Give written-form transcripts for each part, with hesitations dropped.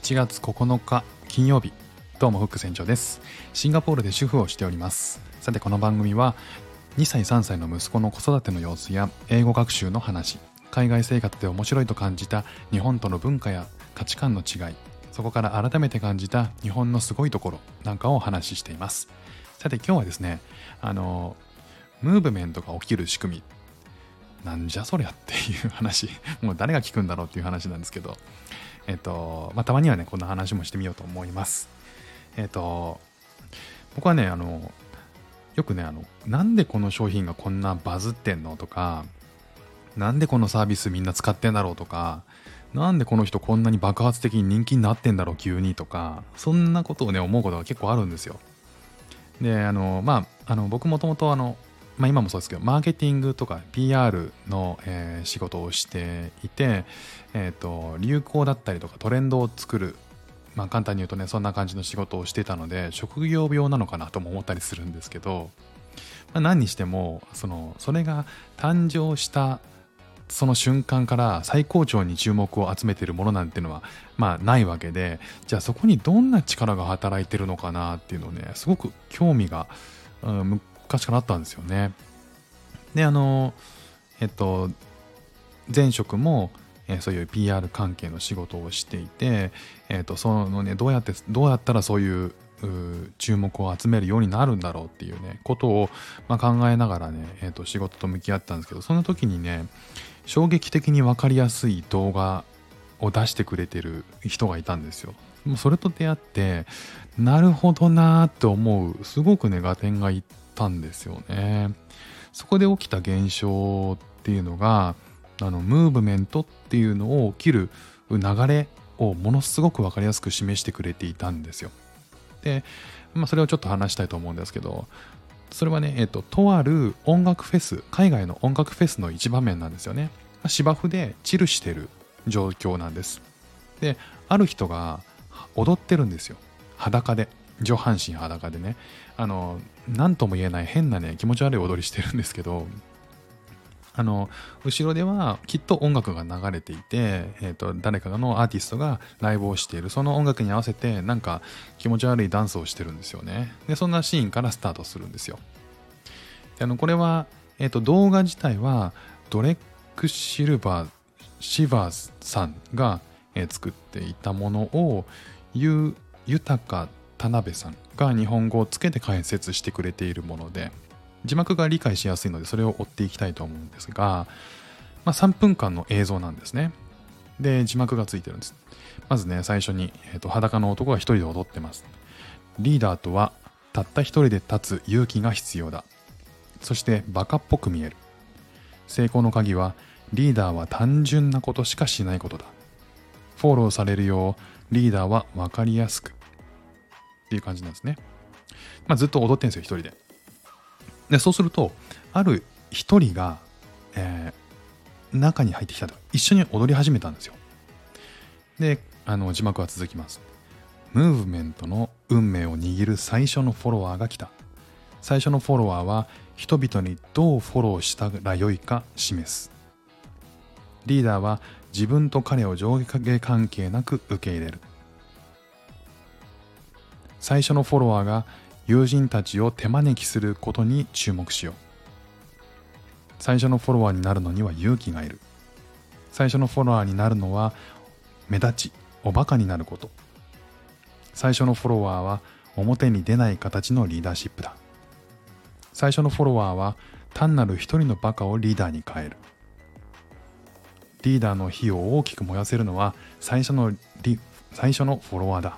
7月9日金曜日、どうもフック船長です。シンガポールで主婦をしております。さてこの番組は2歳3歳の息子の子育ての様子や英語学習の話、海外生活で面白いと感じた日本との文化や価値観の違い、そこから改めて感じた日本のすごいところなんかをお話ししています。さて今日はですね、ムーブメントが起きる仕組み、なんじゃそりゃっていう話もう誰が聞くんだろうっていう話なんですけど、たまにはねこんな話もしてみようと思います。僕はねよくねなんでこの商品がこんなバズってんのとか、なんでこのサービスみんな使ってんだろうとか、なんでこの人こんなに爆発的に人気になってんだろう急にとか、そんなことをね思うことが結構あるんですよ。で僕もともと今もそうですけどマーケティングとか PR の、仕事をしていて、流行だったりとかトレンドを作る、簡単に言うとねそんな感じの仕事をしてたので職業病なのかなとも思ったりするんですけど、何にしてもそれが誕生したその瞬間から最高潮に注目を集めているものなんていうのはないわけで、じゃあそこにどんな力が働いてるのかなっていうのをねすごく興味が、昔からあったんですよね。で前職も、そういう PR 関係の仕事をしていて、どうやったらそういう注目を集めるようになるんだろうっていうねことを、考えながらね、仕事と向き合ったんですけど、その時にね衝撃的に分かりやすい動画を出してくれてる人がいたんですよ。もうそれと出会ってなるほどなーって思うすごくね合点がいったんですよね。そこで起きた現象っていうのがムーブメントっていうのを起きる流れをものすごく分かりやすく示してくれていたんですよ。で、それをちょっと話したいと思うんですけど、それはね、とある音楽フェス、海外の音楽フェスの一場面なんですよね。芝生でチルしてる状況なんです。で、ある人が踊ってるんですよ。裸で。上半身裸でね。なんとも言えない変なね、気持ち悪い踊りしてるんですけど、後ろではきっと音楽が流れていて、誰かのアーティストがライブをしている、その音楽に合わせてなんか気持ち悪いダンスをしてるんですよね。でそんなシーンからスタートするんですよ。でこれは、動画自体はドレック・シバーズさんが、作っていたものを豊田辺さんが日本語をつけて解説してくれているもので、字幕が理解しやすいのでそれを追っていきたいと思うんですが、3分間の映像なんですね。で字幕がついてるんです。まずね最初に、裸の男が一人で踊ってます。リーダーとはたった一人で立つ勇気が必要だ。そしてバカっぽく見える。成功の鍵はリーダーは単純なことしかしないことだ。フォローされるようリーダーは分かりやすくっていう感じなんですね。ずっと踊ってるんですよ一人で。でそうするとある一人が、中に入ってきたと一緒に踊り始めたんですよ。で字幕は続きます。ムーブメントの運命を握る最初のフォロワーが来た。最初のフォロワーは人々にどうフォローしたらよいか示す。リーダーは自分と彼を上下関係なく受け入れる。最初のフォロワーが友人たちを手招きすることに注目しよう。最初のフォロワーになるのには勇気がいる。最初のフォロワーになるのは目立ち、おバカになること。最初のフォロワーは表に出ない形のリーダーシップだ。最初のフォロワーは単なる一人のバカをリーダーに変える。リーダーの火を大きく燃やせるのは最初のフォロワーだ。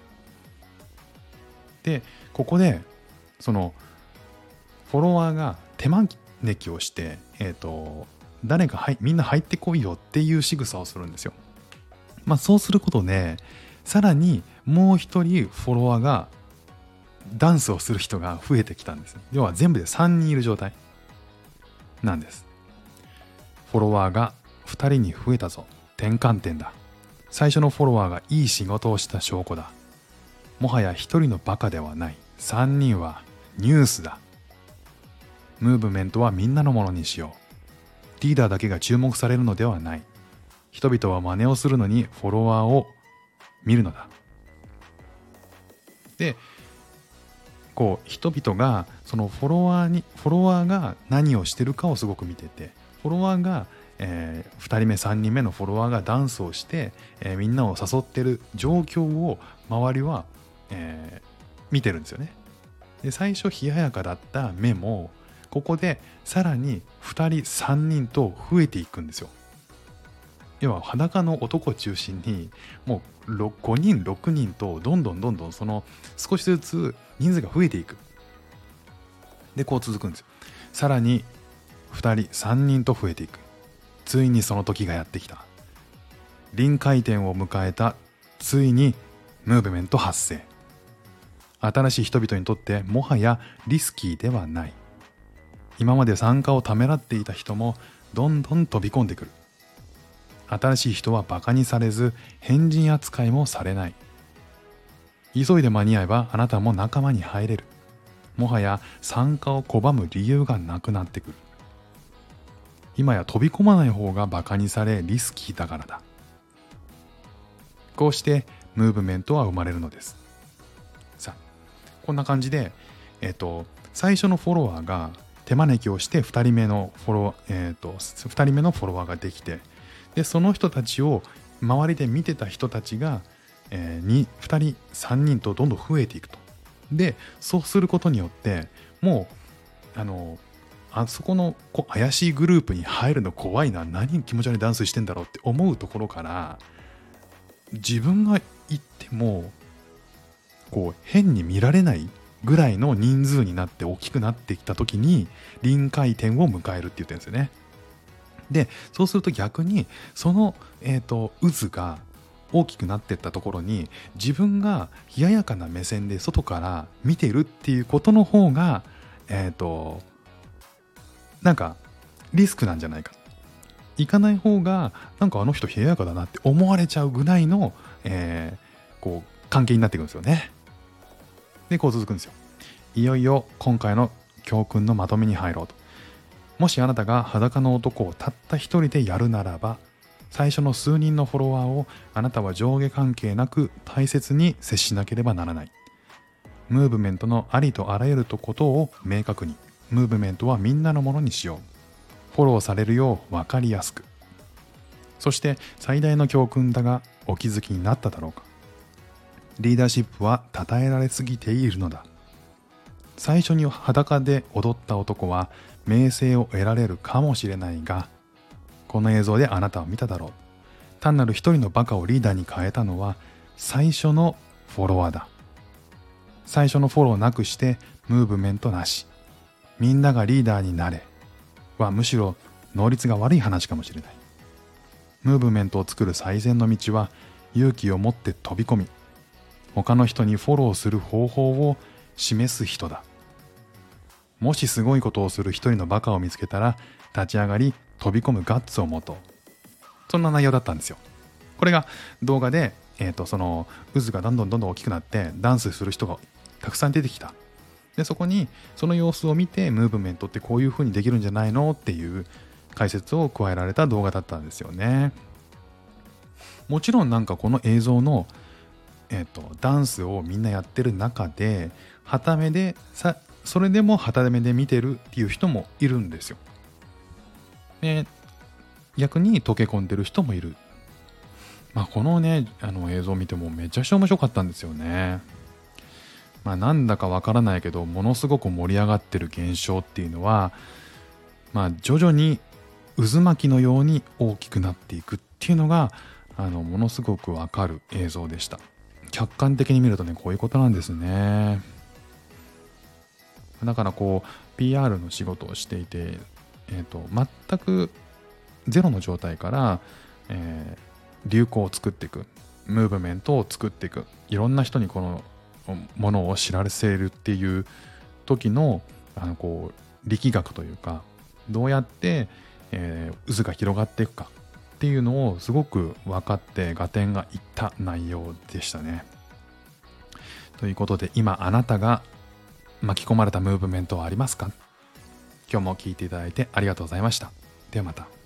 でここでそのフォロワーが手招きをして、誰かみんな入ってこいよっていう仕草をするんですよ。そうすることでさらにもう一人フォロワーがダンスをする人が増えてきたんです。要は全部で3人いる状態なんです。フォロワーが2人に増えたぞ。転換点だ。最初のフォロワーがいい仕事をした証拠だ。もはや1人のバカではない。3人はニュースだ。ムーブメントはみんなのものにしよう。リーダーだけが注目されるのではない。人々は真似をするのにフォロワーを見るのだ。で、こう人々がそのフォロワーが何をしてるかをすごく見てて、フォロワーが、2人目3人目のフォロワーがダンスをして、みんなを誘ってる状況を周りは、見てるんですよね。で、最初冷ややかだった目もここでさらに2人3人と増えていくんですよ。要は裸の男を中心にもう5人6人とどんどんその少しずつ人数が増えていく。でこう続くんですよ。さらに2人3人と増えていく。ついにその時がやってきた。臨界点を迎えた。ついにムーブメント発生。新しい人々にとってもはやリスキーではない。今まで参加をためらっていた人もどんどん飛び込んでくる。新しい人はバカにされず変人扱いもされない。急いで間に合えばあなたも仲間に入れる。もはや参加を拒む理由がなくなってくる。今や飛び込まない方がバカにされリスキーだからだ。こうしてムーブメントは生まれるのです。さあ、こんな感じで、最初のフォロワーが手招きをして2人目のフォロワーができて、でその人たちを周りで見てた人たちが、2人3人とどんどん増えていくと。でそうすることによってもうあそこの怪しいグループに入るの怖いな、何気持ち悪いダンスしてんだろうって思うところから、自分が行ってもこう変に見られないぐらいの人数になって大きくなってきた時に臨界点を迎えるって言ってるんですよね。でそうすると逆にその、渦が大きくなっていったところに自分が冷ややかな目線で外から見てるっていうことの方がなんかリスクなんじゃないか。行かない方がなんかあの人冷ややかだなって思われちゃうぐらいの、こう関係になっていくんですよね。でこう続くんですよ。いよいよ今回の教訓のまとめに入ろうと。もしあなたが裸の男をたった一人でやるならば、最初の数人のフォロワーをあなたは上下関係なく大切に接しなければならない。ムーブメントのありとあらゆることを明確に。ムーブメントはみんなのものにしよう。フォローされるよう分かりやすく。そして最大の教訓だがお気づきになっただろうか。リーダーシップは称えられすぎているのだ。最初に裸で踊った男は名声を得られるかもしれないが、この映像であなたは見ただろう。単なる一人のバカをリーダーに変えたのは最初のフォロワーだ。最初のフォローなくしてムーブメントなし。みんながリーダーになれはむしろ能率が悪い話かもしれない。ムーブメントを作る最善の道は勇気を持って飛び込み、他の人にフォローする方法を示す人だ。もしすごいことをする一人のバカを見つけたら立ち上がり飛び込むガッツを持とう。そんな内容だったんですよ。これが動画で、その渦がどんどん大きくなってダンスする人がたくさん出てきた。でそこにその様子を見てムーブメントってこういう風にできるんじゃないのっていう解説を加えられた動画だったんですよね。もちろんなんかこの映像の、ダンスをみんなやってる中で傍目でそれでも傍目で見てるっていう人もいるんですよ。で逆に溶け込んでる人もいる。このね映像を見てもめちゃくちゃ面白かったんですよね。なんだかわからないけどものすごく盛り上がってる現象っていうのは徐々に渦巻きのように大きくなっていくっていうのがものすごくわかる映像でした。客観的に見るとねこういうことなんですね。だからこう PR の仕事をしていて、全くゼロの状態から、流行を作っていく、ムーブメントを作っていく、いろんな人にこのものを知らせるっていう時のこう力学というか、どうやって、渦が広がっていくかっていうのをすごく分かって合点がいった内容でしたね。ということで今あなたが巻き込まれたムーブメントはありますか？今日も聞いていただいてありがとうございました。ではまた。